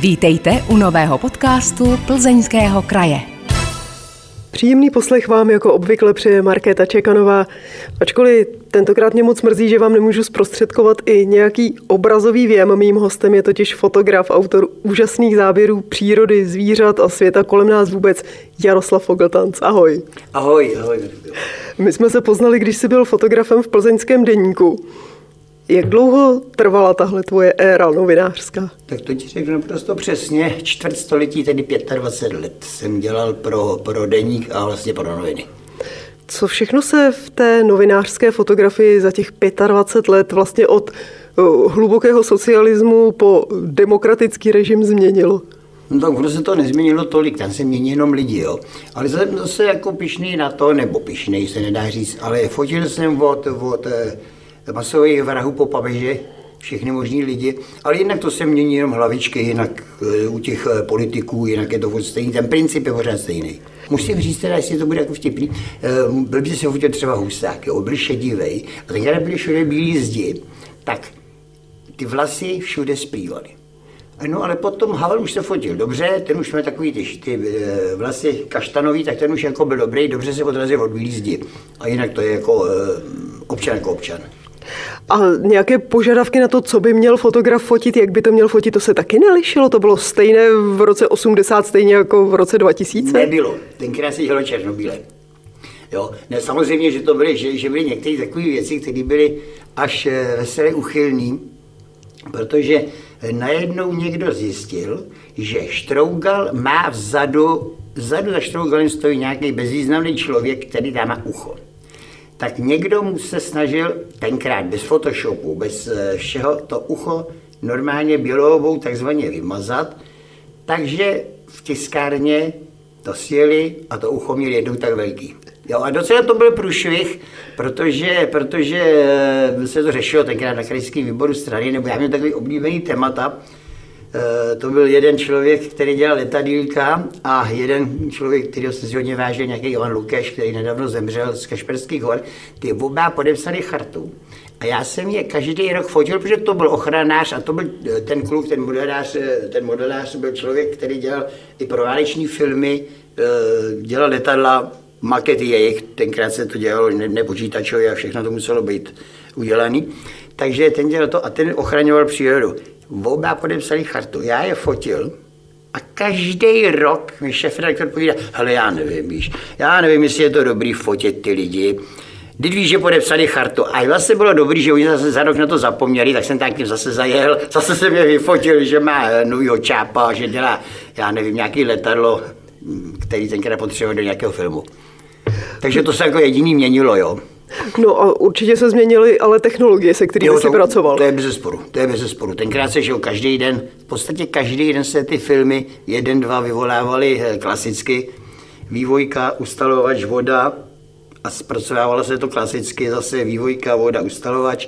Vítejte u nového podcastu Plzeňského kraje. Příjemný poslech vám jako obvykle přeje Markéta Čekanová. Ačkoliv tentokrát mě moc mrzí, že vám nemůžu zprostředkovat i nějaký obrazový věm. Mým hostem je totiž fotograf, autor úžasných záběrů přírody, zvířat a světa kolem nás vůbec, Jaroslav Fogeltanc. Ahoj. Ahoj. My jsme se poznali, když jsi byl fotografem v plzeňském deníku. Jak dlouho trvala tahle tvoje éra novinářská? Tak to ti řeknu naprosto přesně. Čtvrtstoletí, tedy 25 let jsem dělal pro deník a vlastně pro noviny. Co všechno se v té novinářské fotografii za těch 25 let vlastně od hlubokého socialismu po demokratický režim změnilo? No tak ono se to nezměnilo tolik, tam se mění jenom lidi, jo. Ale jsem zase jako pyšný na to, nebo pyšnej se nedá říct, ale fotil jsem od masových vrahů po papeže, všechny možný lidi, ale jinak to se mění jenom hlavičky, jinak u těch politiků, jinak je to stejný, ten princip je pořád stejný. Musím říct teda, jestli to bude jako vtipný, byl by se fotil třeba Husák, jo, byl šedivej, a tak byly všude bílý zdi, tak ty vlasy všude splývaly. No ale potom Havel už se fotil dobře, ten už měl takový ty vlasy kaštanový, tak ten už jako byl dobrý, dobře se odrazil od bílý zdi. A jinak to je jako občan jako občan. A nějaké požadavky na to, co by měl fotograf fotit, jak by to měl fotit, to se taky nelišilo? To bylo stejné v roce 80, stejně jako v roce 2000? Nebylo. Tenkrát se dělalo černobílé. Jo, ne, samozřejmě, že to byly, že byly některé takové věci, které byly až veselé uchylný, protože najednou někdo zjistil, že Štrougal má vzadu za Štrougalem stojí nějaký bezvýznamný člověk, který tam má ucho. Tak někdo mu se snažil tenkrát bez Photoshopu, bez všeho to ucho normálně bělohovou takzvaně vymazat, takže v tiskárně to sjeli a to ucho měli jednou tak velký. Jo, a docela to byl průšvih, protože se to řešilo tenkrát na krajském výboru strany, nebo já měl takový oblíbený témata. To byl jeden člověk, který dělal letadýlka a jeden člověk, kterýho se hodně vážil, nějaký Ivan Lukeš, který nedávno zemřel z Kašperských hor. Ty oba podepsali chartu. A já jsem je každý rok fotil, protože to byl ochranář a to byl ten kluk, ten modelář byl člověk, který dělal i pro váleční filmy, dělal letadla, makety jejich, tenkrát se to dělalo nepočítačově a všechno to muselo být udělané. Takže ten dělal to a ten ochraňoval přírodu. Oba podepsali chartu, já je fotil a každý rok mi šéfredaktor povídá, hele já nevím, jestli je to dobrý fotit ty lidi. Když víš, že podepsali chartu a vlastně bylo dobrý, že oni zase za rok na to zapomněli, tak jsem tak tím zase zajel, zase jsem je vyfotil, že má novýho čápa, že dělá, já nevím, nějaký letadlo, který tenkrát potřeboval do nějakého filmu. Takže to se jako jediný měnilo, jo. No a určitě se změnily ale technologie, se kterými jsi pracoval. To je bez sporu. Tenkrát se žil každý den, v podstatě každý den se ty filmy 1-2 vyvolávaly klasicky. Vývojka, ustalovač, voda a zpracovávalo se to klasicky, zase vývojka, voda, ustalovač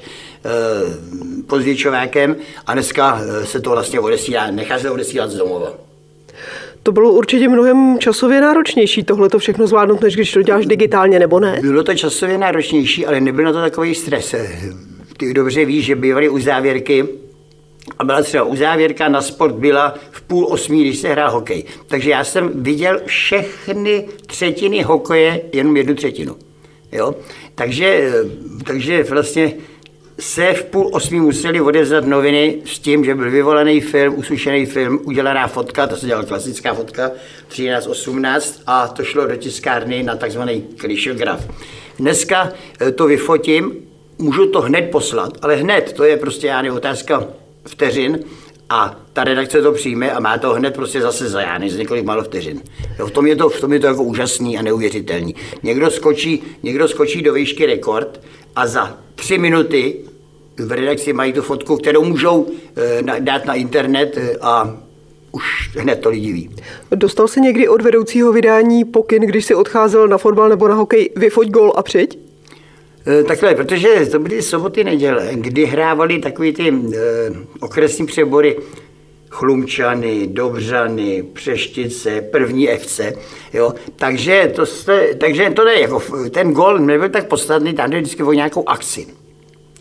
pozvětšovákem a dneska se to vlastně odesílá, nechá se odesílat z domova. To bylo určitě mnohem časově náročnější tohle to všechno zvládnout, než když to děláš digitálně, nebo ne? Bylo to časově náročnější, ale nebyl na to takový stres. Ty dobře víš, že bývaly uzávěrky a byla třeba uzávěrka na sport byla v 7:30, když se hrál hokej. Takže já jsem viděl všechny třetiny hokeje, jenom 1/3. Jo? Takže vlastně se v 7:30 museli odevzdat noviny s tím, že byl vyvolaný film, usušený film, udělaná fotka, to se dělala klasická fotka, 13:18 a to šlo do tiskárny na takzvaný klišograf. Dneska to vyfotím, můžu to hned poslat, ale hned, to je prostě otázka vteřin a ta redakce to přijme a má to hned prostě zase za z několik málo vteřin. Jo, v tom je to jako úžasný a neuvěřitelný. Někdo skočí do výšky rekord a za 3 minuty v redakci mají tu fotku, kterou můžou dát na internet a už hned to lidi ví. Dostal jsi někdy od vedoucího vydání pokyn, když jsi odcházel na fotbal nebo na hokej, vyfoť gól a přijď? Takhle, protože to byly soboty, neděle, kdy hrávali takový ty okresní přebory Chlumčany, Dobřany, Přeštice, první FC, jo, takže to ne, jako ten gól nebyl tak podstatný, tam jde vždycky o nějakou akci.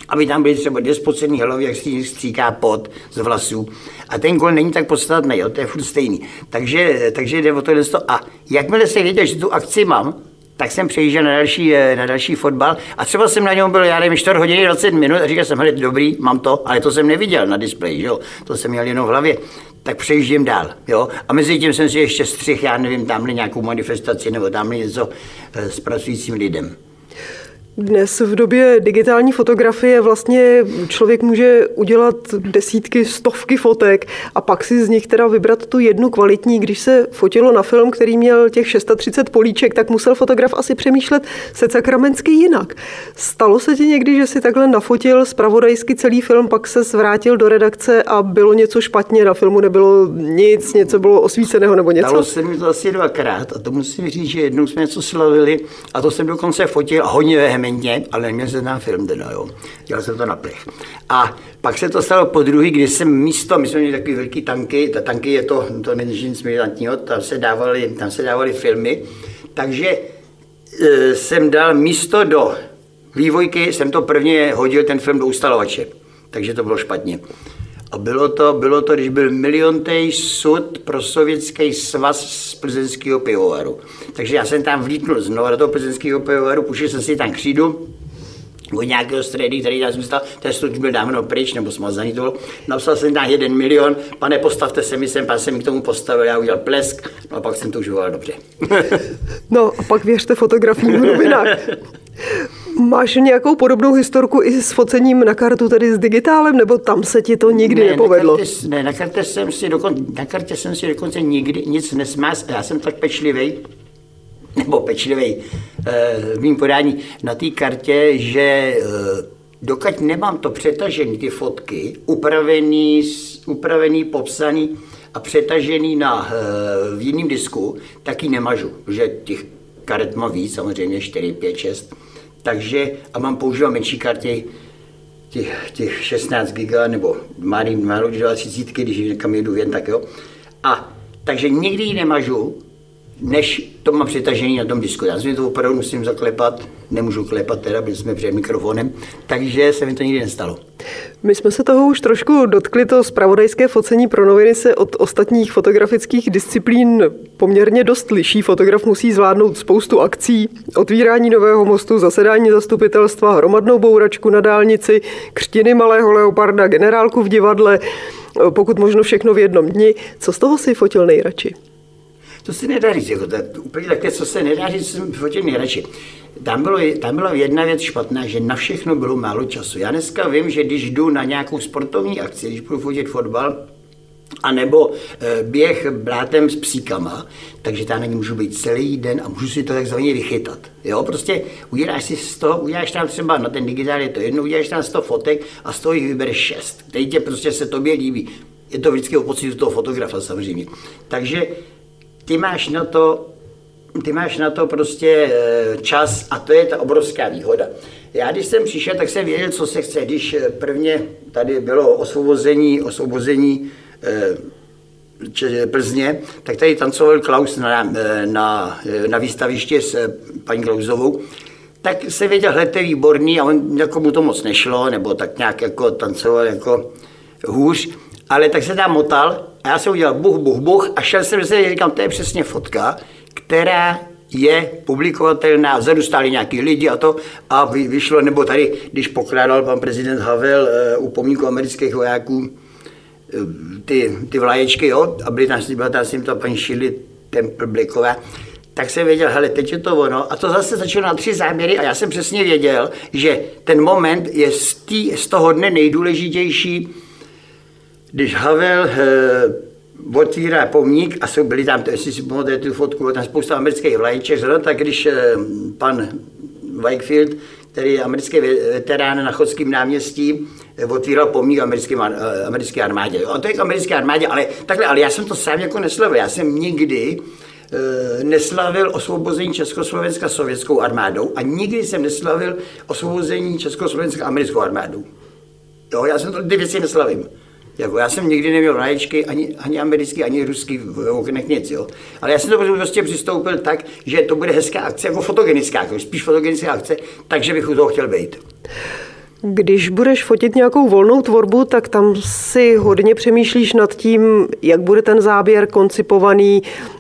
Aby tam byly třeba 2 spocený hlavy, jak si stříká pot z vlasů. A ten gól není tak podstatný, jo, to je furt stejný. Takže jde o to. A jakmile jsem věděl, že tu akci mám, tak jsem přejížděl na další fotbal a třeba jsem na něm byl, já nevím, 4 hodiny 20 minut a říkal jsem, hele, dobrý, mám to, ale to jsem neviděl na displeji, jo, to jsem měl jenom v hlavě, tak přejíždím dál, jo, a mezi tím jsem si ještě střih, já nevím, tamhle nějakou manifestaci nebo tamhle něco s pracujícím lidem. Dnes v době digitální fotografie vlastně člověk může udělat desítky, stovky fotek a pak si z nich teda vybrat tu jednu kvalitní. Když se fotilo na film, který měl těch 630 políček, tak musel fotograf asi přemýšlet sakramensky jinak. Stalo se ti někdy, že si takhle nafotil zpravodajsky celý film, pak se zvrátil do redakce a bylo něco špatně, na filmu nebylo nic, něco bylo osvíceného nebo něco? Stalo se mi to asi 2krát a to musím říct, že jednou jsme něco slavili a to jsem dokonce fotil hodně vehementně, ale neměl jsem tam film teda, jo. Dělal jsem to na plech. A pak se to stalo podruhý, kdy jsem místo, my jsme měli takový velký tanky, ta tanky je to není nic militantního, tam se dávaly filmy, takže jsem dal místo do vývojky, jsem to prvně hodil ten film do ustalovače, takže to bylo špatně. A bylo to, když byl miliontej sud pro Sovětský svaz z plzeňského pivovaru. Takže já jsem tam vlítnul znovu do toho plzeňského pivovaru, pušil jsem si tam křídu od nějakého středy, který já jsem stál, ten sud byl dávno pryč, nebo smazaný to bylo. Napsal jsem tam 1 milion, pane, postavte se mi sem, pan jsem mi k tomu postavil, já udělal plesk, no a pak jsem to užíval dobře. No a pak věřte fotografiím v novinách. Máš nějakou podobnou historku i s focením na kartu, tedy s digitálem, nebo tam se ti to nikdy nepovedlo? Na kartě jsem si dokonce nikdy nic nesmáz, já jsem tak pečlivý v mým podání na té kartě, že dokud nemám to přetažený, ty fotky, upravený, popsaný a přetažený v jiném disku, tak ji nemažu, protože těch karet mám víc, samozřejmě 4, 5, 6. Takže, a používám menší karty, těch 16 giga, nebo málo 20, když někam jedu jen, tak jo. A takže nikdy ji nemažu, než to mám přetažený na tom disku. Já si to opravdu musím zaklepat, nemůžu klepat teda, byli jsme před mikrofonem, takže se mi to nikdy nestalo. My jsme se toho už trošku dotkli, to zpravodajské focení pro noviny se od ostatních fotografických disciplín poměrně dost liší. Fotograf musí zvládnout spoustu akcí, otvírání nového mostu, zasedání zastupitelstva, hromadnou bouračku na dálnici, křtiny malého leoparda, generálku v divadle, pokud možno všechno v jednom dni. Co z toho si fotil nejradši? To se nedá říct, jako úplně také, co se nedá říct, jsem fotil nejradši. Tam byla jedna věc špatná, že na všechno bylo málo času. Já dneska vím, že když jdu na nějakou sportovní akci, když budu fotit fotbal, anebo běh blátem s psíkama, takže tam na ní můžu být celý den a můžu si to takzvaně vychytat. Jo, prostě uděláš tam třeba na ten digitál, je to jedno, uděláš tam 100 fotek a z toho jich vybereš 6. Teď tě prostě se tobě líbí. Je to vždycky o pocitu toho fotografa samozřejmě. Takže ty máš na to prostě čas a to je ta obrovská výhoda. Já když jsem přišel, tak jsem věděl, co se chce. Když prvně tady bylo osvobození Plzně, tak tady tancoval Klaus na výstavišti s paní Klausovou. Tak jsem věděl, hle, to je výborný a on jako mu to moc nešlo, nebo tak nějak jako tancoval jako hůř. Ale tak se tam motal a já jsem udělal buch a šel jsem se, říkám, to je přesně fotka, která je publikovatelná, vzadu stáli nějaký lidi a vyšlo, nebo tady, když pokládal pan prezident Havel u pomníku amerických vojáků ty vlaječky, jo, a byla tam s tím ta paní Shirley Temple Blacková, tak jsem věděl, hele, teď je to ono. A to zase začalo na 3 záběry a já jsem přesně věděl, že ten moment je z toho dne nejdůležitější, když Havel otvírá pomník a byli tam, jestli si pamatujete tu fotku, tam spousta amerických vlaječek, tak když pan Wakefield, který je americký veterán na Chodském náměstí, otvíral pomník americké armádě. A to je k americké armádě, ale já jsem to sám jako neslavil. Já jsem nikdy neslavil osvobození Československa sovětskou armádou a nikdy jsem neslavil osvobození Československa americkou armádou. Jo, já jsem ty věci neslavím. Jako já jsem nikdy neměl vlaječky, ani americký, ani ruský v oknech nic, jo. Ale já jsem to prostě přistoupil tak, že to bude hezká akce, jako fotogenická, spíš fotogenická akce, takže bych u toho chtěl být. Když budeš fotit nějakou volnou tvorbu, tak tam si hodně přemýšlíš nad tím, jak bude ten záběr koncipovaný,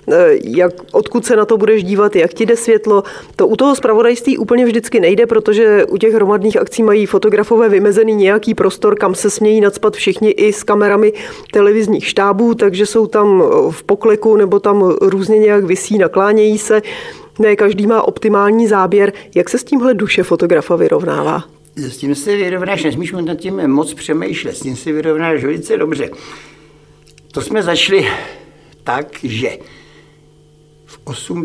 odkud se na to budeš dívat, jak ti jde světlo. To u toho zpravodajství úplně vždycky nejde, protože u těch hromadných akcí mají fotografové vymezený nějaký prostor, kam se smějí nacpat všichni i s kamerami televizních štábů, takže jsou tam v pokleku nebo tam různě nějak visí, naklánějí se. Ne každý má optimální záběr. Jak se s tímhle duše fotografa vyrovnává? S tím se vyrovnáš, nesmíš nad tím moc přemýšlet, s tím se vyrovnáš velice dobře. To jsme začali tak, že v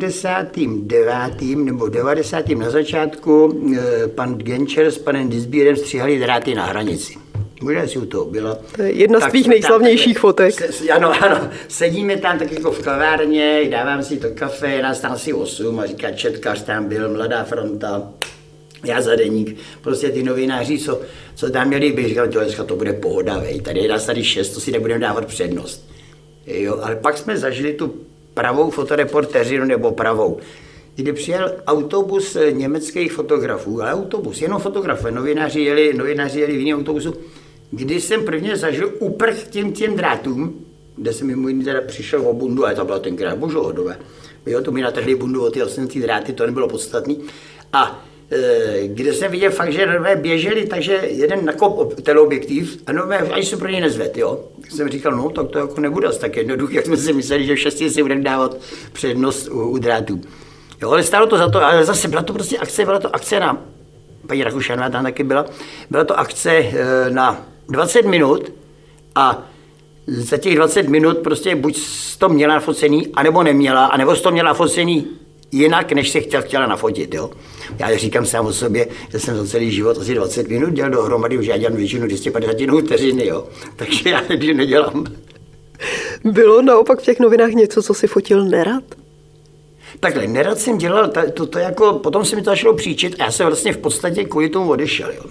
89. nebo 90. na začátku pan Genscher s panem Disbírem stříhali dráty na hranici. Možná si u toho byla. To je jedna z tvých nejslavnějších fotek. Ano, sedíme tam tak jako v kavárně, dávám si to kafe, nás tam asi 8 a říká četkař tam byl, Mladá fronta, já za deník, prostě ty novináři, co tam měli, bych říkal, dneska to bude pohoda, vej. Tady je nás tady 6, to si nebudeme dávat přednost. Jo, ale pak jsme zažili tu pravou fotoreportéřinu nebo pravou, kdy přijel autobus německých fotografů, ale autobus, jenom fotografové, novináři jeli v jiném autobusu, kdy jsem prvně zažil uprch těm drátům, kde jsem mimo jiný teda přišel o bundu, ale to bylo tenkrát božohodové. Jo, to mi natrhli bundu o ty osmcí dráty, to nebylo podstatný. A kde jsem viděl fakt, že nové běželi, takže jeden nakop teleobjektiv a nové ani se pro něj nezved, jo. Tak jsem říkal, no tak to jako nebude tak jednoduché, jak jsme si mysleli, že v 6 si budeme dávat přednost u drátů. Jo, ale stálo to za to, ale zase byla to prostě akce, na, paní Rakušanová tam taky byla to akce na 20 minut a za těch 20 minut prostě buď to měla nafocený, anebo neměla, anebo to měla nafocený jinak, než se chtěla nafotit, jo. Já říkám sám o sobě, že jsem za celý život asi 20 minut dělal dohromady, už já dělám většinu 250 vteřiny, jo. Takže já nikdy nedělám. Bylo naopak v těch novinách něco, co si fotil nerad? Takhle, nerad jsem dělal, to jako, potom se mi to začalo příčit a já jsem vlastně v podstatě kvůli tomu odešel, jo.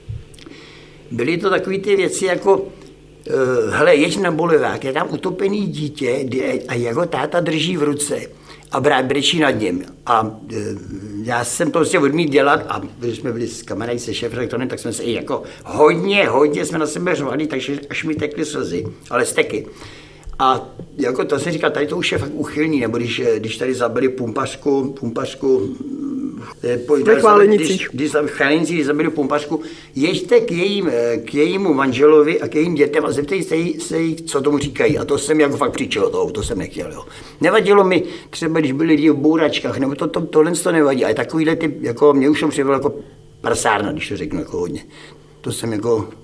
Byly to takové ty věci jako, hele, jeď na bulevák, je tam utopený dítě a jeho táta drží v ruce a brečí nad ním. A já jsem to prostě odmít dělat a když jsme byli s kamarádem, se šéfredaktorem, tak jsme se i jako hodně jsme na sebe řvali, takže až mi tekly slzy, ale steky. A jako to se říká, tady to už je fakt uchylný, nebo když tady zabili pumpařku ve Chválenicích. Když zabili pumpařku, jeďte k jejímu manželovi a k jejím dětem a zeptejte se jí, co tomu říkají. A to jsem jako fakt přičel toho, to jsem nechtěl. Jo. Nevadilo mi třeba, když byli lidi v bouračkách, nebo tohle to nevadí. Ale takovýhle typ, jako mě už jsem přivedl jako prasárna, když to řeknu jako hodně. To jsem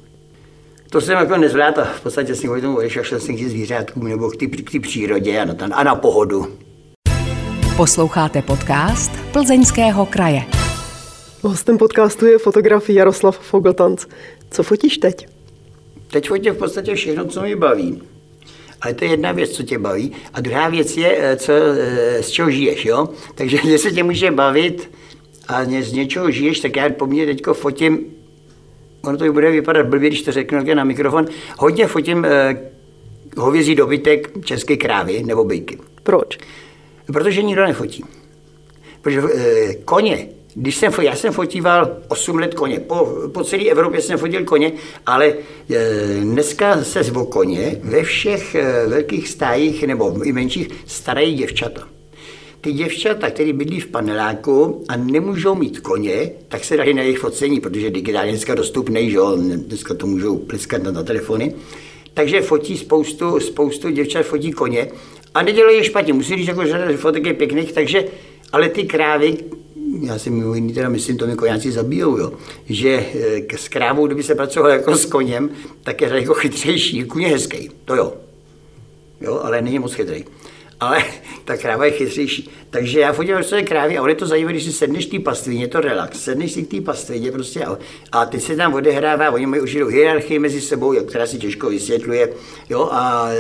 jako nezvládl a v podstatě jsem kvůli tomu odešel, šel jsem k zvířátkům nebo k té přírodě a na pohodu. Posloucháte podcast Plzeňského kraje. Hostem podcastu je fotograf Jaroslav Fogltanc. Co fotíš teď? Teď fotím v podstatě všechno, co mě baví. Ale to je jedna věc, co tě baví. A druhá věc je, z čeho žiješ, jo? Takže jestli tě může bavit a z něčeho žiješ, tak já po mně teďko fotím. Ono to bude vypadat blbě, když to řeknu na mikrofon. Hodně fotím hovězí dobytek, české krávy nebo bejky. Proč? Protože nikdo nefotí. Protože koně, já jsem fotíval 8 let koně, po celé Evropě jsem fotil koně, ale dneska se o koně ve všech velkých stájích nebo i menších starají děvčata. Ty děvčata, které bydlí v paneláku a nemůžou mít koně, tak se dali na jejich focení, protože digitálně dneska dostupný, že jo, dneska to můžou pliskat na telefony. Takže fotí spoustu děvčat fotí koně a nedělají je špatně, musí říct, jako, že fotek je pěkných, takže, ale ty krávy, já si mimo jiný teda myslím, to mi koňáci zabijou, jo, že s krávou, kdyby se pracoval jako s koněm, tak je jako chytřejší, kůň je hezký, to jo, ale není moc chytrý. Ale ta kráva je chytřejší. Takže já fotím prostě krávy a on je to zajímavé, když si sedneš v té pastvině, je to relax, sedneš si k té pastvině prostě a teď se tam odehrává, oni mají určitou hierarchii mezi sebou, která si těžko vysvětluje, jo, a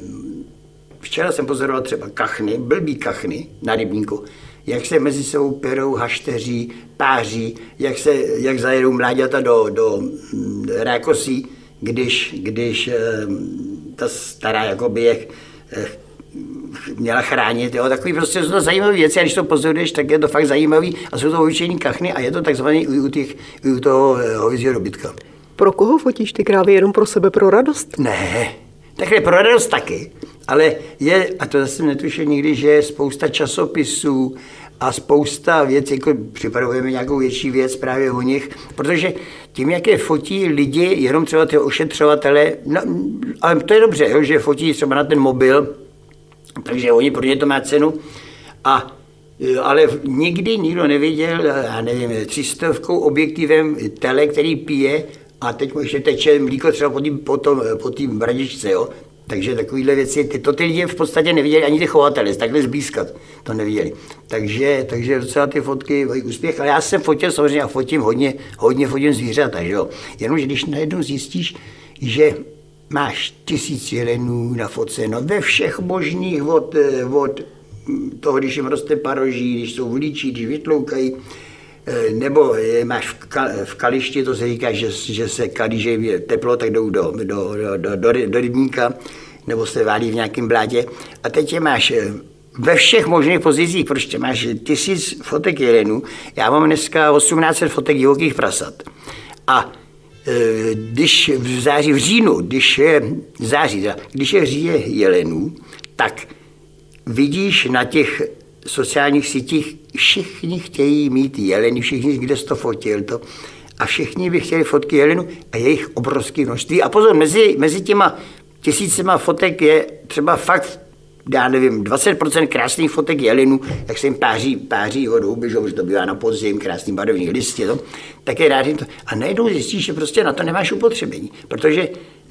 včera jsem pozoroval třeba kachny, blbý kachny na rybníku, jak se mezi sebou perou, hašteří, páří, jak zajedou mláďata do rákosí, když ta stará jakoby měla chránit. Jo? Takový prostě jsou to zajímavé věci a když to pozoruješ, tak je to fakt zajímavý a jsou to obyčejní kachny a je to takzvaný u toho hovězího dobytka. Pro koho fotíš ty krávy? Jenom pro sebe, pro radost? Ne, takhle pro radost taky, ale je, a to zase netušil nikdy, že je spousta časopisů a spousta věcí, jako připravujeme nějakou větší věc právě o nich, protože tím, jak je fotí lidi, jenom třeba ty ošetřovatele, no, ale to je dobře, jo, že fotí třeba na ten mobil, takže oni pro ně to má cenu, ale nikdy nikdo neviděl, já nevím, 300 objektivem tele, který pije a teď mu ještě teče mlíko třeba po té bradičce, jo. Takže takovéhle věci, ty lidi v podstatě neviděli, ani ty chovatele, takhle zblízkat to neviděli. Takže docela ty fotky mají úspěch, ale já jsem fotil samozřejmě a fotím hodně fotím zvířata, že jo. Jenomže když najednou zjistíš, že máš 1000 jelenů na fotce, no ve všech možných od toho, když jim roste paroží, když jsou vlíčí, když vytloukají, nebo máš v kališti, to se říká, že se kalí, že je teplo, tak jdou do rybníka, nebo se válí v nějakém blátě. A teď je máš ve všech možných pozicích, protože máš 1000 fotek jelenů, já mám dneska 1800 fotek divokých prasat. A když v říjnu, když je říje jelenů, tak vidíš na těch sociálních sítích, všichni chtějí mít jeleny, všichni, kde jsi to fotil, a všichni by chtěli fotky jelenů a jejich obrovské množství. A pozor, mezi těma 1000 fotek je třeba fakt, já nevím, 20% krásných fotek jelenů, jak se jim páří vodou, že to bývá na podzim, krásný barevný listě, tak je rád to. A najednou zjistíš, že prostě na to nemáš upotřebení, protože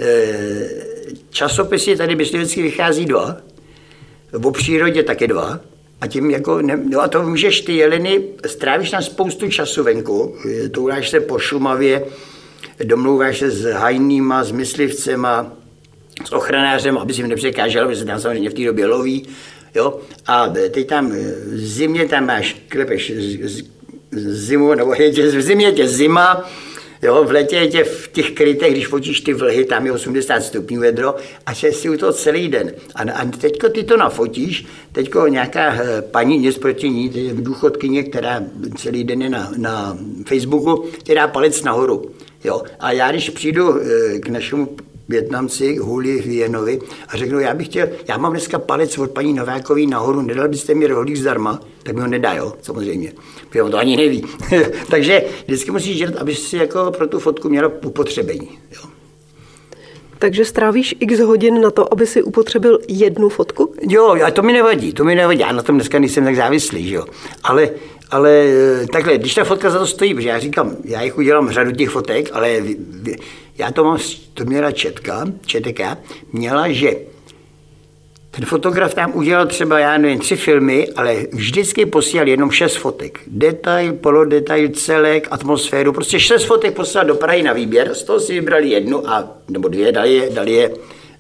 časopisy tady myslivecky vychází 2, o přírodě taky 2, a tím jako, a to můžeš ty jeleny, strávíš tam spoustu času venku, touláš se po Šumavě, domlouváš se s hajnýma, s myslivcema, s ochranářem, aby si jim nepřekážel, protože se tam samozřejmě v té době loví, jo, a teď tam v zimě tam máš, klepeš zimu, nebo v zimě tě zima, jo, v létě je tě v těch krytech, když fotíš ty vlhy, tam je 80 stupňů vedro a si u toho celý den. A teďko ty to nafotíš, teďko nějaká paní, nic proti ní, důchodkyně, která celý den je na Facebooku, tě dá palec nahoru. Jo. A já když přijdu k našemu Vietnamci, Huli Vienovi, a řeknu, já mám dneska palec od paní Novákový nahoru, nedal byste mi rohlík zdarma, tak mi ho nedá, jo, samozřejmě, protože on to ani neví. Takže vždycky musíš dělat, aby si jako pro tu fotku měla upotřebení, jo. Takže strávíš x hodin na to, aby si upotřebil jednu fotku? Jo, a to mi nevadí, já na tom dneska nejsem tak závislý, že jo, ale takhle, když ta fotka za to stojí, protože já říkám, já jich udělám řadu těch fotek, ale já to měla Četeka, měla, že ten fotograf tam udělal třeba, já nevím, 3 filmy, ale vždycky posílal jenom 6 fotek. Detail, polodetail, celek, atmosféru, prostě 6 fotek posílal do Prahy na výběr, z toho si vybrali 1 nebo 2, dali je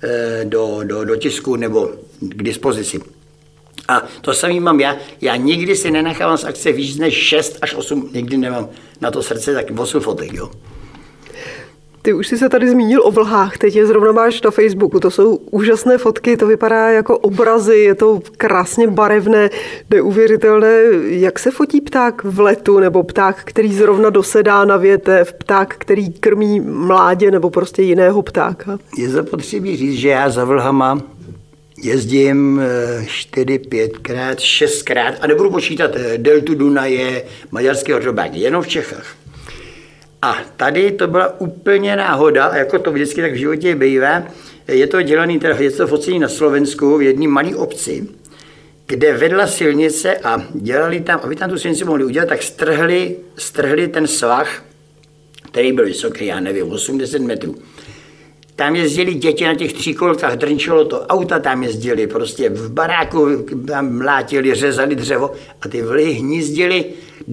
do tisku nebo k dispozici. A to samý mám já nikdy si nenechávám z akce víc než 6 až 8, nikdy nemám na to srdce, tak 8 fotek, jo. Ty už jsi se tady zmínil o vlhách, teď je zrovna máš na Facebooku, to jsou úžasné fotky, to vypadá jako obrazy, je to krásně barevné, neuvěřitelné. Jak se fotí pták v letu, nebo pták, který zrovna dosedá na větev, pták, který krmí mládě, nebo prostě jiného ptáka? Je zapotřebí říct, že já za vlhama jezdím 4, 5krát, 6krát a nebudu počítat deltu Dunaje, maďarského Rodobáky, jenom v Čechách. A tady to byla úplně náhoda, a jako to vždycky tak v životě bývá, je to dělaný, je to focení na Slovensku v jedné malé obci, kde vedla silnice a dělali tam, aby tam tu silnici mohli udělat, tak strhli ten svah, který byl vysoký, já nevím, 80 metrů. Tam jezdili děti na těch 3 kolkách, drnčilo to, auta tam jezdili, prostě v baráku tam mlátili, řezali dřevo a ty vlhy hnízdili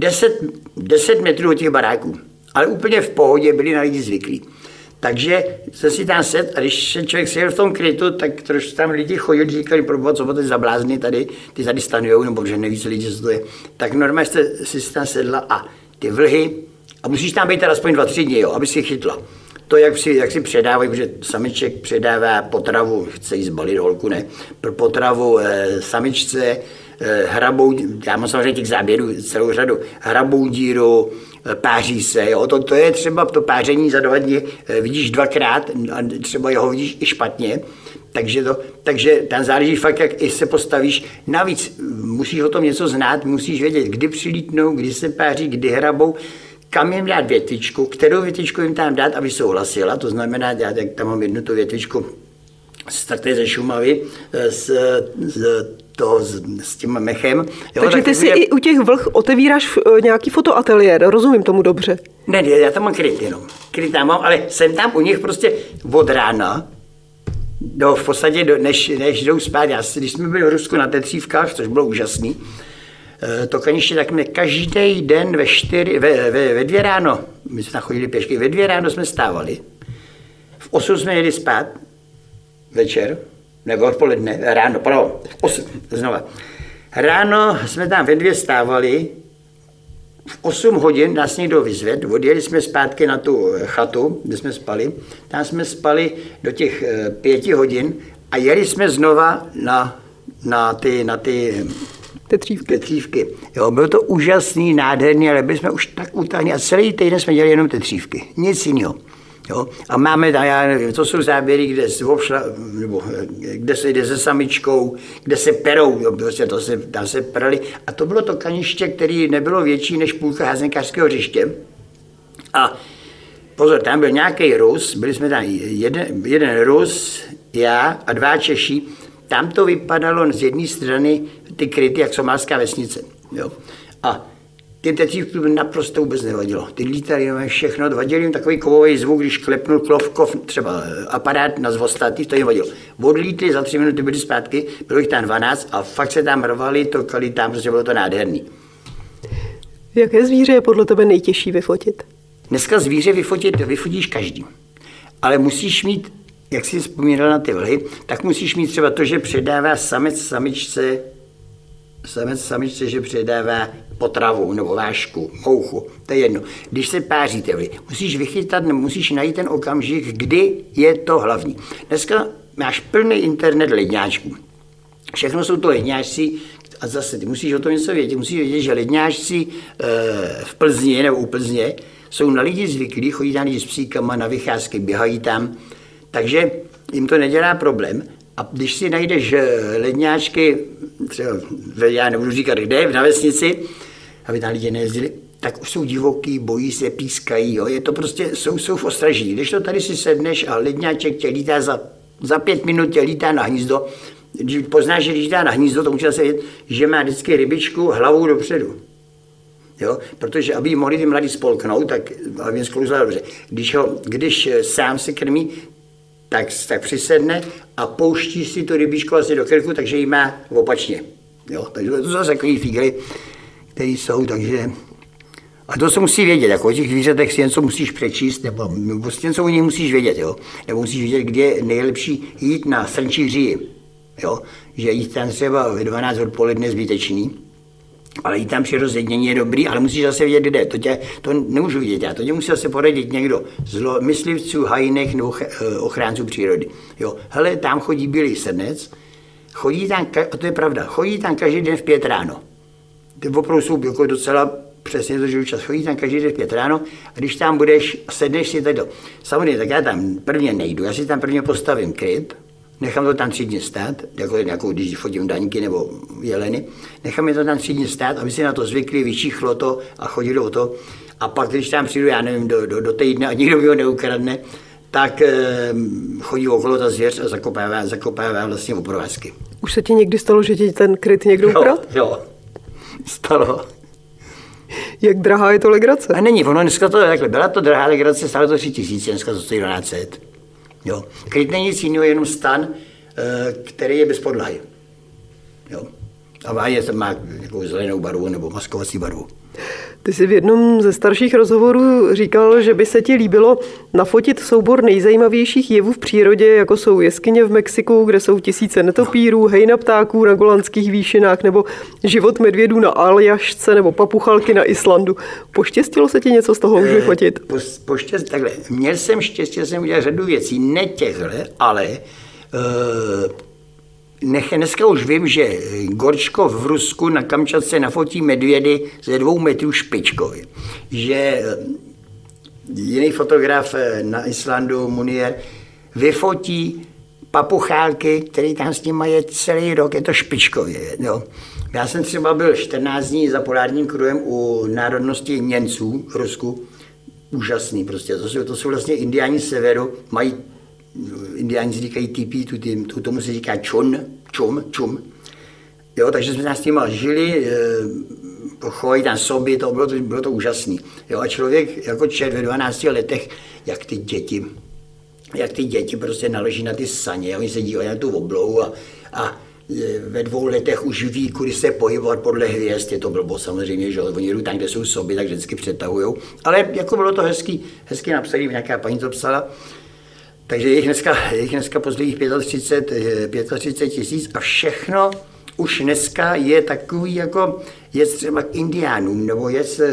10 metrů od těch baráků. Ale úplně v pohodě, byli na lidi zvyklí. Takže jsem si tam sedl a když člověk seděl v tom krytu, tak trošku tam lidi chodili, říkali, proboha, co to za blázny ty tady stanujou, nebo že neví, co lidi, co to je. Tak normálně jste si tam sedla a ty vlhy, a musíš tam být teda aspoň 2-3 dny, jo, aby si chytla. to, jak si předávají, protože samiček předává potravu, chce jí zbalit holku, ne, pro potravu samičce, hrabou, já mám samozřejmě těch záběrů celou řadu, hrabou díru, páří se, jo, to je třeba to páření za 2 dny, vidíš 2krát a třeba jeho vidíš i špatně, takže tam záleží fakt, jak se postavíš. Navíc musíš o tom něco znát, musíš vědět, kdy přilítnou, kdy se páří, kdy hrabou, kam jim dát větvičku, kterou větvičku jim tam dát, aby souhlasila, to znamená, já tam mám jednu tu větvičku takhle ze Šumavy, s tím mechem. Jo, takže ty si i u těch vlh otevíráš nějaký fotoateliér, rozumím tomu dobře? Ne, já tam mám kryt jenom. Kryt tam mám, ale jsem tam u nich prostě od rána, v podstatě než jdou spát. Když jsme byli v Rusku na tetřívkách, což bylo úžasný, to kaniště, tak mě každý den ve 2 ráno, my jsme tam chodili pěšky, ve 2 ráno jsme stávali, v 8 jsme jeli spát, večer, nebo odpoledne, ráno, pardon, 8, znova. Ráno jsme tam ve 2 stávali, v 8 hodin nás někdo vyzvedl, odjeli jsme zpátky na tu chatu, kde jsme spali, tam jsme spali do těch 5 hodin a jeli jsme znova na ty tetřívky. Jo, bylo to úžasný, nádherný, ale byli jsme už tak utáhni a celý týden jsme dělali jenom tetřívky, nic jiného. Jo? A máme tam, já nevím, to jsou záběry, kde se jde se samičkou, kde se perou, jo, prostě tam se prali. A to bylo to kaniště, které nebylo větší než půlka házenkářského hřiště. A pozor, tam byl nějaký Rus, byli jsme tam jeden Rus, já a 2 Češi. Tam to vypadalo z jedné strany ty kryty, jak somálská vesnice. Jo? A ty tetřívky naprosto vůbec nevadilo. Ty lítali všechno, vadil jim takový kovový zvuk, když klepnul kov, třeba aparát na zvostatý, to jim vadilo. Odlítli, za 3 minuty byli zpátky, bylo jich tam 12 a fakt se tam rvali, tokali tam, prostě bylo to nádherný. Jaké zvíře je podle tebe nejtěžší vyfotit? Dneska zvíře vyfotíš každý, ale musíš mít, jak jsi vzpomínal na ty vlhy, tak musíš mít třeba to, že předává samec samičce, že předává potravu nebo vášku, mouchu, to je jedno. Když se páří ty vlhy, musíš vychytat, musíš najít ten okamžik, kdy je to hlavní. Dneska máš plný internet ledňáčků. Všechno jsou to ledňáčci a zase ty musíš o tom něco vědět. Musíš vědět, že ledňáčci v Plzni nebo u Plzně jsou na lidi zvyklí, chodí tam lidi s psíkama na vycházky, běhají tam, takže jim to nedělá problém. A když si najdeš ledňáčky, třeba, já nebudu říkat kde, na vesnici, aby tam lidi nejezdili, tak už jsou divoký, bojí se, pískají, jo. Je to prostě, jsou v ostraží. Když to tady si sedneš a ledňáček tě lítá za 5 minut tě lítá na hnízdo, když poznáš, že lítá na hnízdo, to musíš se vědět, že má vždycky rybičku hlavou dopředu. Jo? Protože aby ji mohli ty mladí spolknout, tak aby jen sklouzla dobře. Když sám se krmí, tak přisedne a pouští si tu rybičku asi do krku, takže ji má opačně. Jo? Takže to jsou zase takový fígly, které jsou, takže... A to se musí vědět, jako o těch zvířatech si něco musíš přečíst, nebo něco o nich musíš vědět, jo? Nebo musíš vědět, kde je nejlepší jít na srnčí hříji. Jo? Že jít tam třeba ve 12 odpoledne zbytečný, ale jít tam při rozjednění je dobrý, ale musíš zase vědět, kde. To nemůžu vidět já, to tě musí zase poradit někdo z myslivců, hajinek nebo ochránců přírody. Jo? Hele, tam chodí bílý srnec, chodí tam, a to je pravda, chodí tam každý den v 5 ráno. Ty opravdu jsou jako docela přesně to, že čas chodí tam každý den v 5 ráno a když tam budeš, sedneš si tady. Samozřejmě, tak já tam prvně nejdu, já si tam prvně postavím kryt, nechám to tam 3 dny stát, jako když fotím daňky nebo jeleny, nechám je to tam 3 dny stát, aby si na to zvykli, vyčichlo to a chodilo o to. A pak, když tam přijdu, já nevím, do týdne a nikdo mi ho neukradne, tak chodí okolo ta zvěř a zakopává vlastně oprovázky. Už se ti někdy stalo, že ti ten kryt někdo ukradl? Jo, stalo. Jak drahá je to legrace? A není, ono dneska to takhle, byla to drahá legrace, stále to 3 000, dneska to stojí 1200. Jo. Kryt není nic jiného, jenom stan, který je bez podlahy. Jo. A má nějakou zelenou barvu nebo maskovací barvu. Ty jsi v jednom ze starších rozhovorů říkal, že by se ti líbilo nafotit soubor nejzajímavějších jevů v přírodě, jako jsou jeskyně v Mexiku, kde jsou tisíce netopírů, hejna ptáků na Golanských výšinách, nebo život medvědů na Aljašce, nebo papuchalky na Islandu. Poštěstilo se ti něco z toho už vyfotit? Takhle. Měl jsem štěstí, jsem udělal řadu věcí, ne těchhle, ale dneska už vím, že Gorčkov v Rusku na Kamčatce nafotí medvědy ze 2 metrů špičkově. Že jiný fotograf na Islandu, Munier, vyfotí papuchálky, který tam s nimi je celý rok, je to špičkově. Jo. Já jsem třeba byl 14 dní za polárním kruhem u národnosti Němců v Rusku. Úžasný prostě. To jsou vlastně indiáni severu, mají indiáni říkají tipi, tomu se říká čum. Jo, takže jsme tam s tím žili, chovají tam sobě, bylo to úžasný. Jo, a člověk jako čert ve 12 letech, jak ty děti prostě naloží na ty saně, oni se dívají na tu oblohu a ve 2 letech už ví, kudy se pohybovat podle hvězd, je to blbo samozřejmě, že oni jdou tam, kde jsou soby, tak vždycky přetahujou. Ale jako bylo to hezky napsaný, nějaká paní to psala. Takže je jich dneska pozdějích 35 tisíc a všechno už dneska je takový jako jet třeba k indiánům, nebo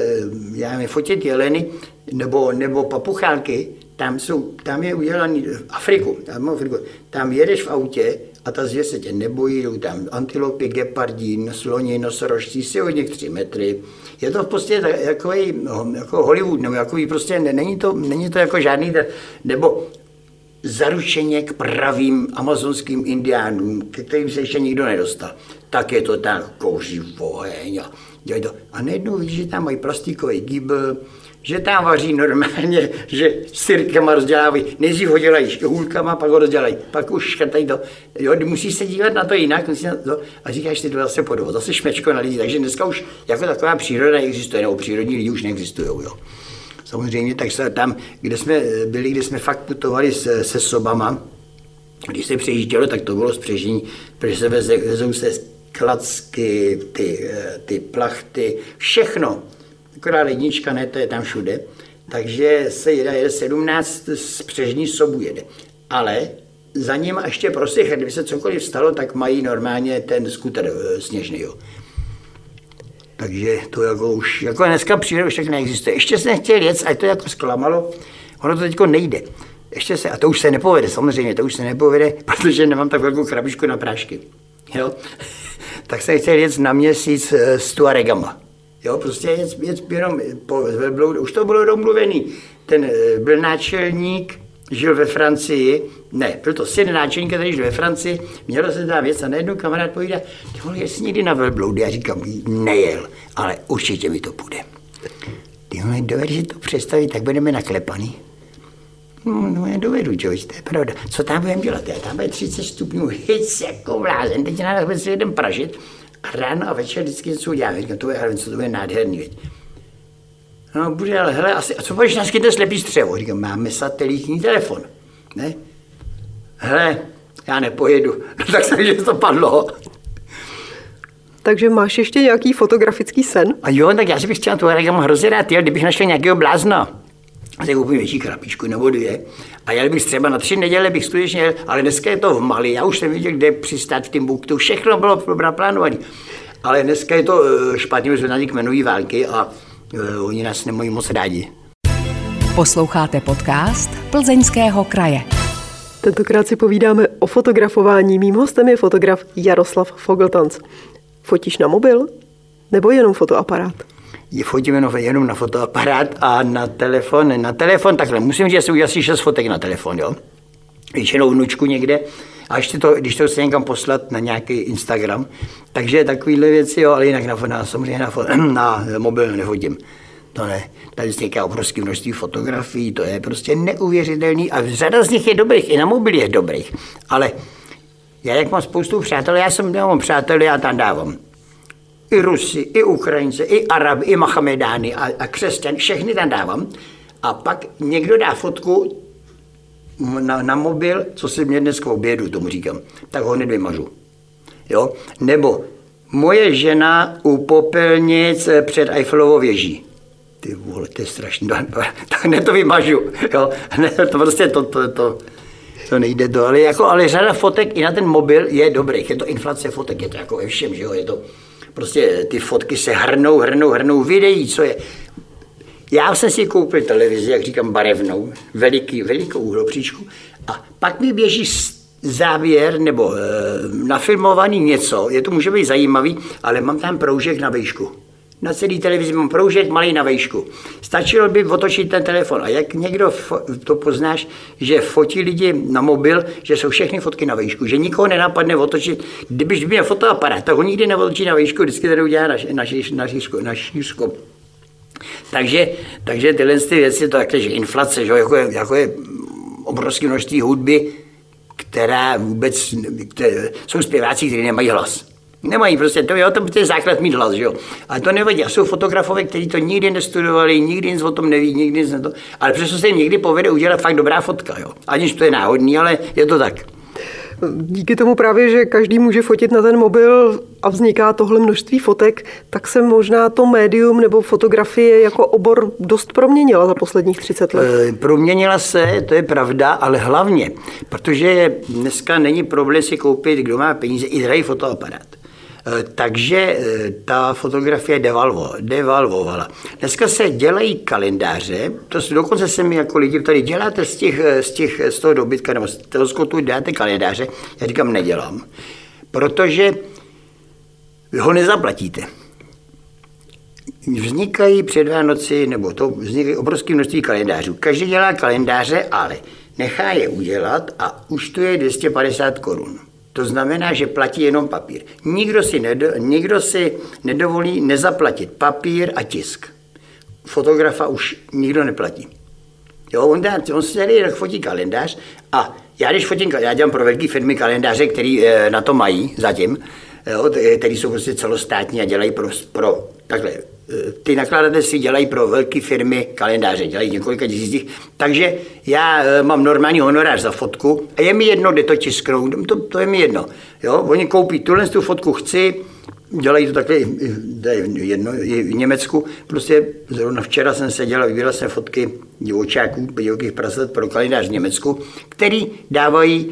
fotit jeleny, nebo papuchálky, tam je udělaný Afriku, tam jedeš v autě a ta zvěř se tě nebojí, jdou tam antilopy, gepardí, sloni, nosorožci, si od nich 3 metry. Je to prostě takový jako Hollywood, nebo takový prostě, není to jako žádný, nebo zaručeně k pravým amazonským indiánům, ke kterým se ještě nikdo nedostal. Tak je to tak kouří oheň a najednou vidíš, že tam mají plastikový gibl, že tam vaří normálně, že syrkama rozdělávají. Nejdřív ho dělají hůlkama, pak ho rozdělají, pak už škrtají to. Jo, musíš se dívat na to jinak, a říkáš si to zase podvod, zase šmečko na lidi. Takže dneska už jako taková příroda neexistuje, nebo přírodní lidi už neexistují. Jo. Samozřejmě, tak se tam, kde jsme fakt putovali se sobama, když se přejíždělo, tak to bylo spřežení, protože se vezou se klacky, ty plachty, všechno. Akorát lednička, ne, to je tam všude. Takže se jede 17 spřežní sobů jede. Ale za ním ještě prosych, kdyby se cokoliv stalo, tak mají normálně ten skuter sněžný. Jo. Takže to jako už, jako dneska příroda už tak neexistuje. Ještě jsem chtěl jet, a to jako zklamalo, ono to teďko nejde. A to už se nepovede, samozřejmě, protože nemám tak velkou krabičku na prášky. Jo? Tak jsem chtěl jet na měsíc s Tuaregama. Jo, prostě jet jenom po velbloudu, už to bylo domluvený. Ten byl náčelník, žil ve Francii, byl to syn náčelníka, který žil ve Francii, mělo se tam věc a najednou kamarád povídá, ty vole, jestli někdy na velbloudy, já říkám, nejel, ale určitě mi to půjde. Ty vole, dovedeš si to představit, tak budeme naklepaný. No, já dovedu, člověč, to je pravda. Co tam budeme dělat? Tam bude 30 stupňů, hyc jako blázen, teď nás se jeden pražit a ráno a večer vždycky něco uděláme. Říkám, to bude nádherný, veď. No, bude, ale hele, a co budeš naskytne slepý střevo? Říkám, máme satelitní telefon, ne? Hele, já nepojedu. No, tak se že to padlo. Takže máš ještě nějaký fotografický sen? A jo, tak já si bych chtěl Tuaregama hrozně rád jel, kdybych našel nějakého blázna. A tak koupím větší krabičku nebo 2. A jel bych třeba na 3 neděle, bych skutečně jel, ale dneska je to v Mali. Já už jsem viděl, kde přistát v Timbuktu. Všechno bylo naplánované. Ale dneska je to špatně, protože jsme kmenové války a oni nás nemají moc rádi. Posloucháte podcast Plzeňského kraje. Tentokrát si povídáme o fotografování. Mým hostem je fotograf Jaroslav Fogeltanc. Fotíš na mobil nebo jenom fotoaparát? Fotím jenom na fotoaparát a na telefon takhle. Musím říct, že si udělal asi 6 fotek na telefon, jo. Většinou vnučku někde a ještě když to chci někam poslat na nějaký Instagram. Takže takovýhle věci, jo, ale jinak samozřejmě na mobil nefotím. To ne. Tady je obrovské množství fotografií, to je prostě neuvěřitelný a řada z nich je dobrých, i na mobil je dobrých. Ale já jak mám spoustu přátel, já mám přátel, já tam dávám i Rusy, i Ukrajince, i Araby, i Mahomedány a křesťan, všechny tam dávám. A pak někdo dá fotku na mobil, co si mě dneska obědu, tomu říkám, tak ho hned vymažu. Jo? Nebo moje žena u popelnic před Eiffelovou věží. ty vole, to je strašný, hned to vymažu, jo, to prostě to nejde to, ale řada fotek i na ten mobil je dobrých, je to inflace fotek, je to jako ve všem, že jo, je to, prostě ty fotky se hrnou, videí, co je. Já jsem si koupil televizi, jak říkám, barevnou, velikou úhlopříčku a pak mi běží záběr nebo nafilmovaný něco, to může být zajímavý, ale mám tam proužek na výšku. Na celý televizi mám proužek malý na výšku. Stačilo by otočit ten telefon. A jak někdo to poznáš, že fotí lidi na mobil, že jsou všechny fotky na výšku, že nikoho nenapadne otočit. Když by měl fotoaparát, tak ho nikdy neotočí na výšku, vždycky tady udělá na šířku. Takže tyhle věci, to takhle, že inflace, že jako je obrovské množství hudby, která vůbec, jsou zpěváci, kteří nemají hlas. Nemají prostě, to je základ mít hlas, že jo. Ale to nevadí. A jsou fotografové, kteří to nikdy nestudovali, nikdy nic o tom neví, nikdy nic to. Ale přesto se jim někdy povede udělat fakt dobrá fotka, jo. Aniž to je náhodný, ale je to tak. Díky tomu právě, že každý může fotit na ten mobil a vzniká tohle množství fotek, tak se možná to médium nebo fotografie jako obor dost proměnila za posledních 30 let. Proměnila se, to je pravda, ale hlavně, protože dneska není problém si koupit, kdo má peníze, i drahý fotoaparát. Takže ta fotografie devalvovala. Dneska se dělají kalendáře, dokonce se mi jako lidi tady děláte z toho dobytka nebo z toho skotu dáte kalendáře, já říkám nedělám, protože ho nezaplatíte. Vznikají před Vánoci, nebo to vznikají obrovské množství kalendářů. Každý dělá kalendáře, ale nechá je udělat a už to je 250 korun. To znamená, že platí jenom papír. Nikdo si nedovolí nezaplatit papír a tisk. Fotografa už nikdo neplatí. Jo, on si tady fotí kalendář a já dělám pro velké firmy kalendáře, které na to mají zatím, které jsou prostě celostátní a dělají pro takhle. Ty nakladatelství dělají pro velké firmy kalendáře, dělají několika tisících, takže já mám normální honorář za fotku a je mi jedno, kde to tisknou, to je mi jedno. Jo? Oni koupí tuhle tu fotku, chci, dělají to takhle i v Německu, prostě zrovna včera jsem seděl a vybíral jsem fotky divočáků, divokých prasat pro kalendář v Německu, který dávají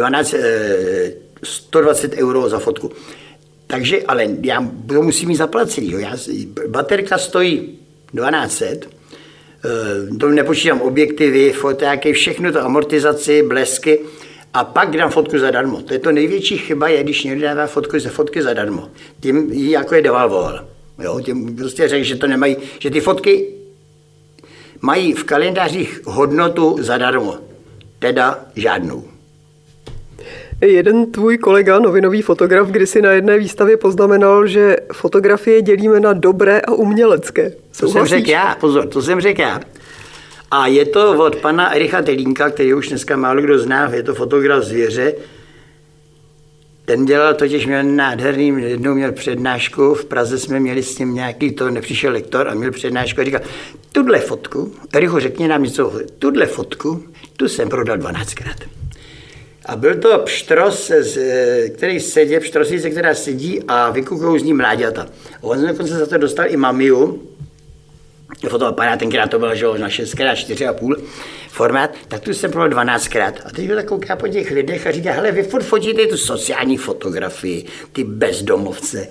120 € za fotku. Takže, ale já to musím mít zaplacený. Baterka stojí 1200, to nepočítám objektivy, fotáky, všechno to amortizaci, blesky a pak dám fotku zadarmo. To je to největší chyba, když někdo dává fotky zadarmo. Tím ji jako je devalvoval. Jo, tím prostě řekl, že to nemají, že ty fotky mají v kalendářích hodnotu zadarmo, teda žádnou. Jeden tvůj kolega, novinový fotograf, kdysi na jedné výstavě poznamenal, že fotografie dělíme na dobré a umělecké. To jsem řekl já, pozor, to jsem řekl já. A je to od pana Ericha Telínka, který už dneska málo kdo zná, je to fotograf zvěře. Ten dělal totiž, měl nádherný, jednou měl přednášku, v Praze jsme měli s ním nějaký, to nepřišel lektor a měl přednášku a říkal, tuhle fotku, Ericho, řekni nám něco, tuhle fotku, tu jsem prodal 12krát. A byl to pštros, který sedí, pštrosice, která sedí a vykukují z ní mláďata. On dokonce za to dostal i mamiu, fotoaparát, tenkrát to bylo že, na 6x4,5 formát, tak tu jsem prodal 12krát. A teď ho tak kouká po těch lidech a říká, hele, vy furt fotíte tu sociální fotografii, ty bezdomovce,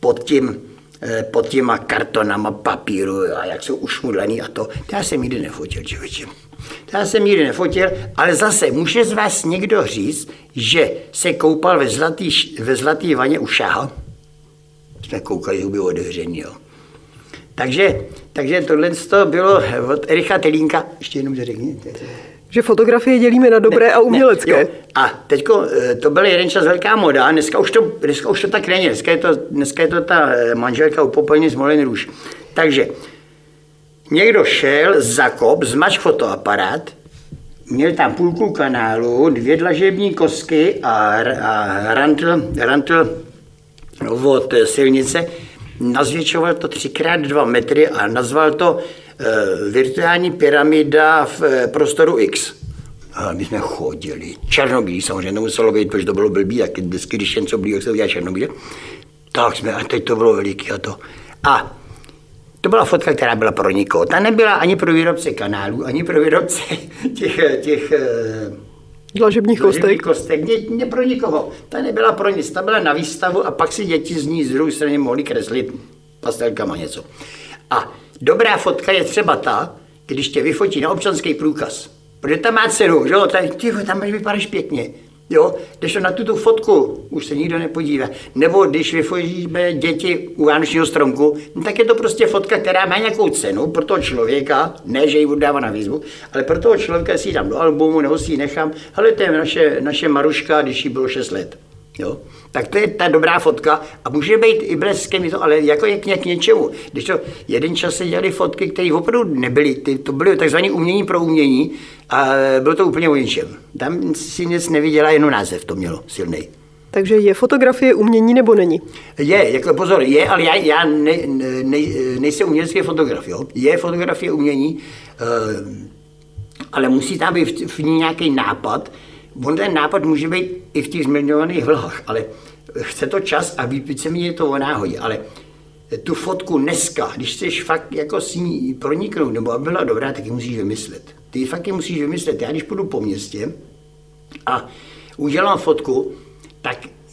pod těma kartonama papíru a jak jsou ušmudlený a to. Já jsem nikdy nefotil, člověče. Já jsem nikdy nefotil, ale zase může z vás někdo říct, že se koupal ve zlatý vaně u Šáha. Jsme koukali zuby otevřený, jo. Takže tohle bylo od Ericha Telínka. Ještě jenom řekni. Že fotografie dělíme na dobré a umělecké. A teďko, to byl jeden čas velká moda, dneska už to tak není, dneska je to ta manželka u popelní z Moulin Rouge. Takže někdo šel, zakop, zmačk fotoaparát, měl tam půlku kanálu, 2 dlažební kosky a rantl od silnice, nazvětšoval to 3x2 metry a nazval to virtuální pyramida v prostoru X. A my jsme chodili, černobílý samozřejmě, to muselo být, protože to bylo blbý, tak vždycky, když něco blbý, jak se udělá černobílé. Tak jsme, a teď to bylo veliký a to. A To byla fotka, která byla pro nikoho. Ta nebyla ani pro výrobce kanálů, ani pro výrobce těch dlažebních kostek. Ne pro nikoho. Ta nebyla pro nic. Ta byla na výstavu a pak si děti z ní z druhé strany mohly kreslit pastelkama něco. A dobrá fotka je třeba ta, když tě vyfotí na občanský průkaz. Protože tam má cenu, že jo? Tam vypadáš pěkně. Jo, když to na tuto fotku už se nikdo nepodívá, nebo když vyfotíme děti u vánočního stromku, no tak je to prostě fotka, která má nějakou cenu pro toho člověka, ne, že ji budu dávat na výzvu, ale pro toho člověka si ji dám do albumu, nebo si ji nechám, hele, to je naše Maruška, když jí bylo 6 let. Jo? Tak to je ta dobrá fotka a může být i bleskem, ale jako je k něčemu. Když to jeden čas se dělali fotky, které opravdu nebyly, to byly takzvané umění pro umění a bylo to úplně o ničem. Tam si nic neviděla, jenom název to mělo silnej. Takže je fotografie umění nebo není? Je, jako pozor, je, ale já nejsem umělecký fotograf, jo. Je fotografie umění, ale musí tam být v ní nějaký nápad. On ten nápad může být i v těch zmiňovaných vlhách, ale chce to čas a víceméně je to o náhodě, ale tu fotku dneska, když chceš fakt jako s ní proniknout, nebo aby byla dobrá, tak ji musíš vymyslet. Ty fakt ji musíš vymyslet. Já když půjdu po městě a udělám fotku, tak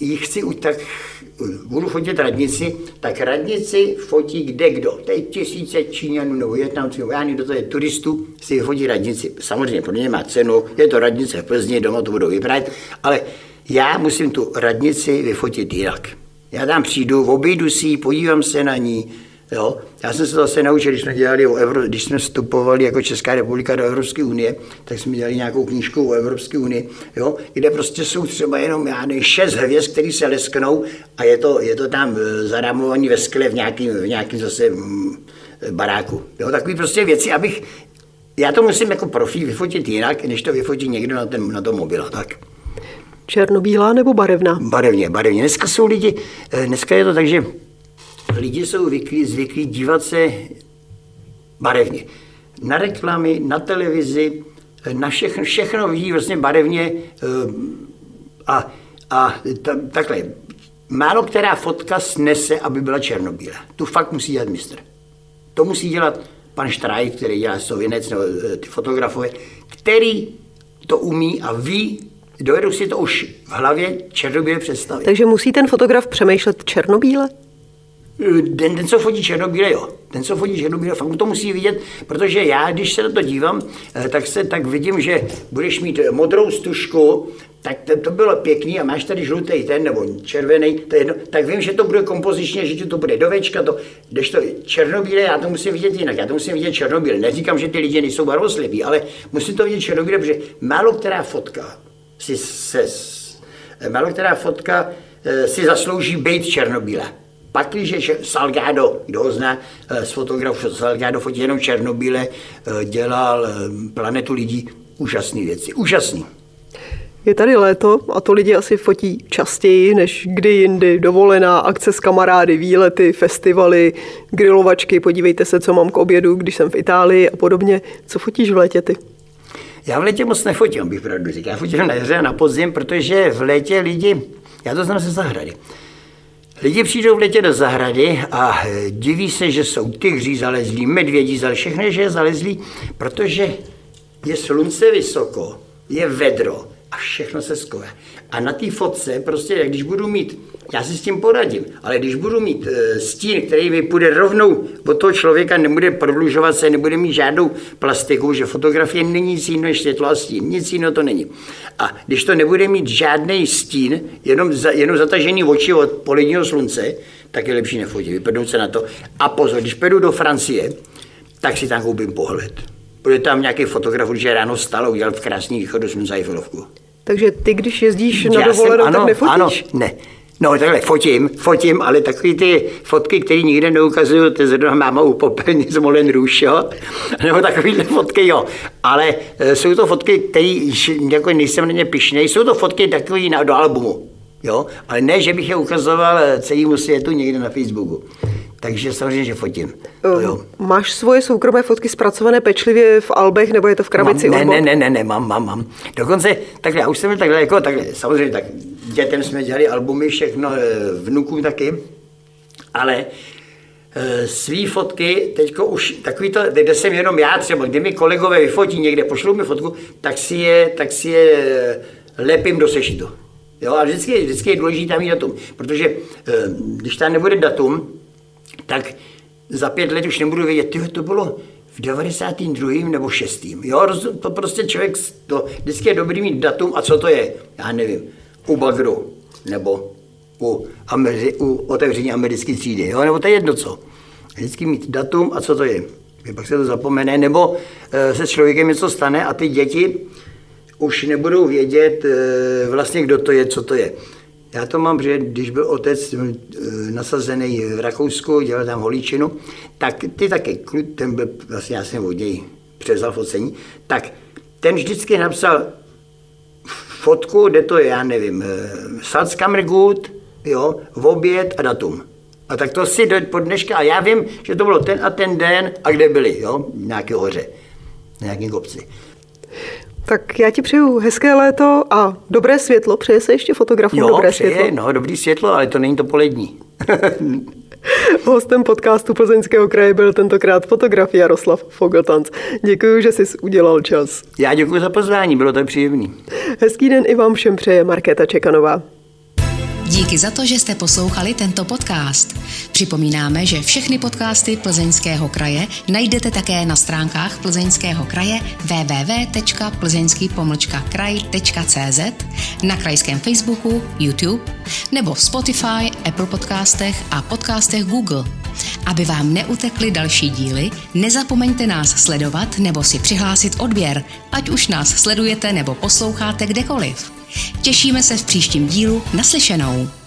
budu fotit radnici, tak radnici fotí kdo. Tady tisíce Číňanů nebo Vietnamců, nebo já nevím, kdo to je, turistů, si fotí radnici. Samozřejmě pro ně má cenu, je to radnice v Plzni, doma to budou vyprávět, ale já musím tu radnici vyfotit jinak. Já tam přijdu, obejdu si ji, podívám se na ní. Jo? Já jsem se to zase naučil, když jsme vstupovali jako Česká republika do Evropské unie, tak jsme dělali nějakou knížku o Evropské unii, jo? Kde prostě jsou třeba jenom 6 hvězd, které se lesknou a je to tam zarámovaný ve skle v nějakým zase baráku. Jo? Takový prostě věci, já to musím jako profí vyfotit jinak, než to vyfotí někdo na tom mobilu. Tak. Černobílá nebo barevná? Barevně. Dneska je to tak, že lidi jsou zvyklí dívat se barevně. Na reklamy, na televizi, na všechno vidí vlastně barevně takhle. Málo která fotka snese, aby byla černobílá. Tu fakt musí dělat mistr. To musí dělat pan Štrajk, který dělá Sověnec, nebo ty fotografové, který to umí a ví, dovedou si to už v hlavě černobíle představit. Takže musí ten fotograf přemýšlet černobíle? Ten, co fotí černobíle, jo. Ten, co fotí černobíle, fakt to musí vidět, protože já, když se na to dívám, tak vidím, že budeš mít modrou stužku, tak to bylo pěkný a máš tady žlutý ten nebo červený, to je jedno, tak vím, že to bude kompozičně, že to bude do Včka, když to černobíle, já to musím vidět jinak, já to musím vidět černobíle. Neříkám, že ty lidi nejsou barvoslepí, ale musím to vidět černobíle, protože málo která fotka si zaslouží být černobíle. Pak, když Salgado, kdo ho zná z fotografů, Salgado fotí jenom černobíle, dělal Planetu lidí, úžasné věci, úžasný. Je tady léto a to lidi asi fotí častěji než kdy jindy. Dovolená, akce s kamarády, výlety, festivaly, grilovačky, podívejte se, co mám k obědu, když jsem v Itálii a podobně. Co fotíš v létě ty? Já v létě moc nefotím, bych pravdu říkal. Já fotím na jaře a na podzim, protože v létě lidi, já to znám ze zahrady. Lidi přijdou v létě do zahrady a diví se, že jsou tygři zalezlí, medvědi zalezlí, všechny, že je zalezlí, protože je slunce vysoko, je vedro a všechno se skové. A na té fotce prostě, když budu mít, já si s tím poradím, ale když budu mít stín, který mi půjde rovnou od toho člověka, nebude prodlužovat se, nebude mít žádnou plastiku, že fotografie není nic jiného než světlo a stín, nic jiného to není. A když to nebude mít žádný stín, jenom zatažený oči od poledního slunce, tak je lepší nefotit, vypadnout se na to. A pozor, když půjdu do Francie, tak si tam koupím pohled. Bude tam nějaký fotograf, že ráno vstal a udělal v krásný východu slunce Eiffelovku. Takže ty, když jezdíš na dovolenou, tak nefotíš? Ano, ne. No takhle, fotím, ale takový ty fotky, které nikde neukazují, to zrovna máma u popelní z Moulin Rouge, jo? Nebo takovýhle fotky, jo. Ale jsou to fotky, které jako nejsem na ně pyšnej, jsou to fotky takový do albumu, jo. Ale ne, že bych je ukazoval celému světu někde na Facebooku. Takže samozřejmě, že fotím. Jo. Máš svoje soukromé fotky zpracované pečlivě v albech, nebo je to v krabici? Ne, mám. Dokonce, takhle, já už jsem byl takhle, samozřejmě, tak dětem jsme dělali albumy, všechno, vnukům taky, ale svý fotky, teďko už takový to, kde jsem jenom já třeba, kdy mi kolegové vyfotí někde, pošlou mi fotku, tak si je lepím do sešitu. Jo, a vždycky je důležité mít datum, protože když tam nebude datum, tak za 5 let už nebudu vědět, to bylo v 92. nebo 6. Jo, to prostě člověk, vždycky je dobrý mít datum a co to je, já nevím, u bagru, nebo u otevření americké třídy, jo, nebo to je jedno co. Vždycky mít datum a co to je. Pak se to zapomene, nebo se s člověkem něco stane a ty děti už nebudou vědět vlastně, kdo to je, co to je. Já to mám, že když byl otec nasazený v Rakousku, dělal tam holíčinu, tak ty taky, ten byl, vlastně já jsem od něj převzal focení, tak ten vždycky napsal fotku, kde to je, já nevím, Salzkammergut, jo, v oběd a datum. A tak to si pod dneška, a já vím, že to bylo ten a ten den a kde byli, jo, v nějaké hoře, na nějakém kopci. Tak já ti přeju hezké léto a dobré světlo. Přeje se ještě fotografům dobré světlo? No, dobrý světlo, ale to není to polední. Hostem podcastu Plzeňského kraje byl tentokrát fotograf Jaroslav Fogeltanc. Děkuji, že jsi udělal čas. Já děkuji za pozvání, bylo to příjemný. Hezký den i vám všem přeje Markéta Čekanová. Díky za to, že jste poslouchali tento podcast. Připomínáme, že všechny podcasty Plzeňského kraje najdete také na stránkách Plzeňského kraje www.plzeňský-kraj.cz, na krajském Facebooku, YouTube nebo Spotify, Apple podcastech a podcastech Google. Aby vám neutekly další díly, nezapomeňte nás sledovat nebo si přihlásit odběr, ať už nás sledujete nebo posloucháte kdekoliv. Těšíme se v příštím dílu. Naslyšenou.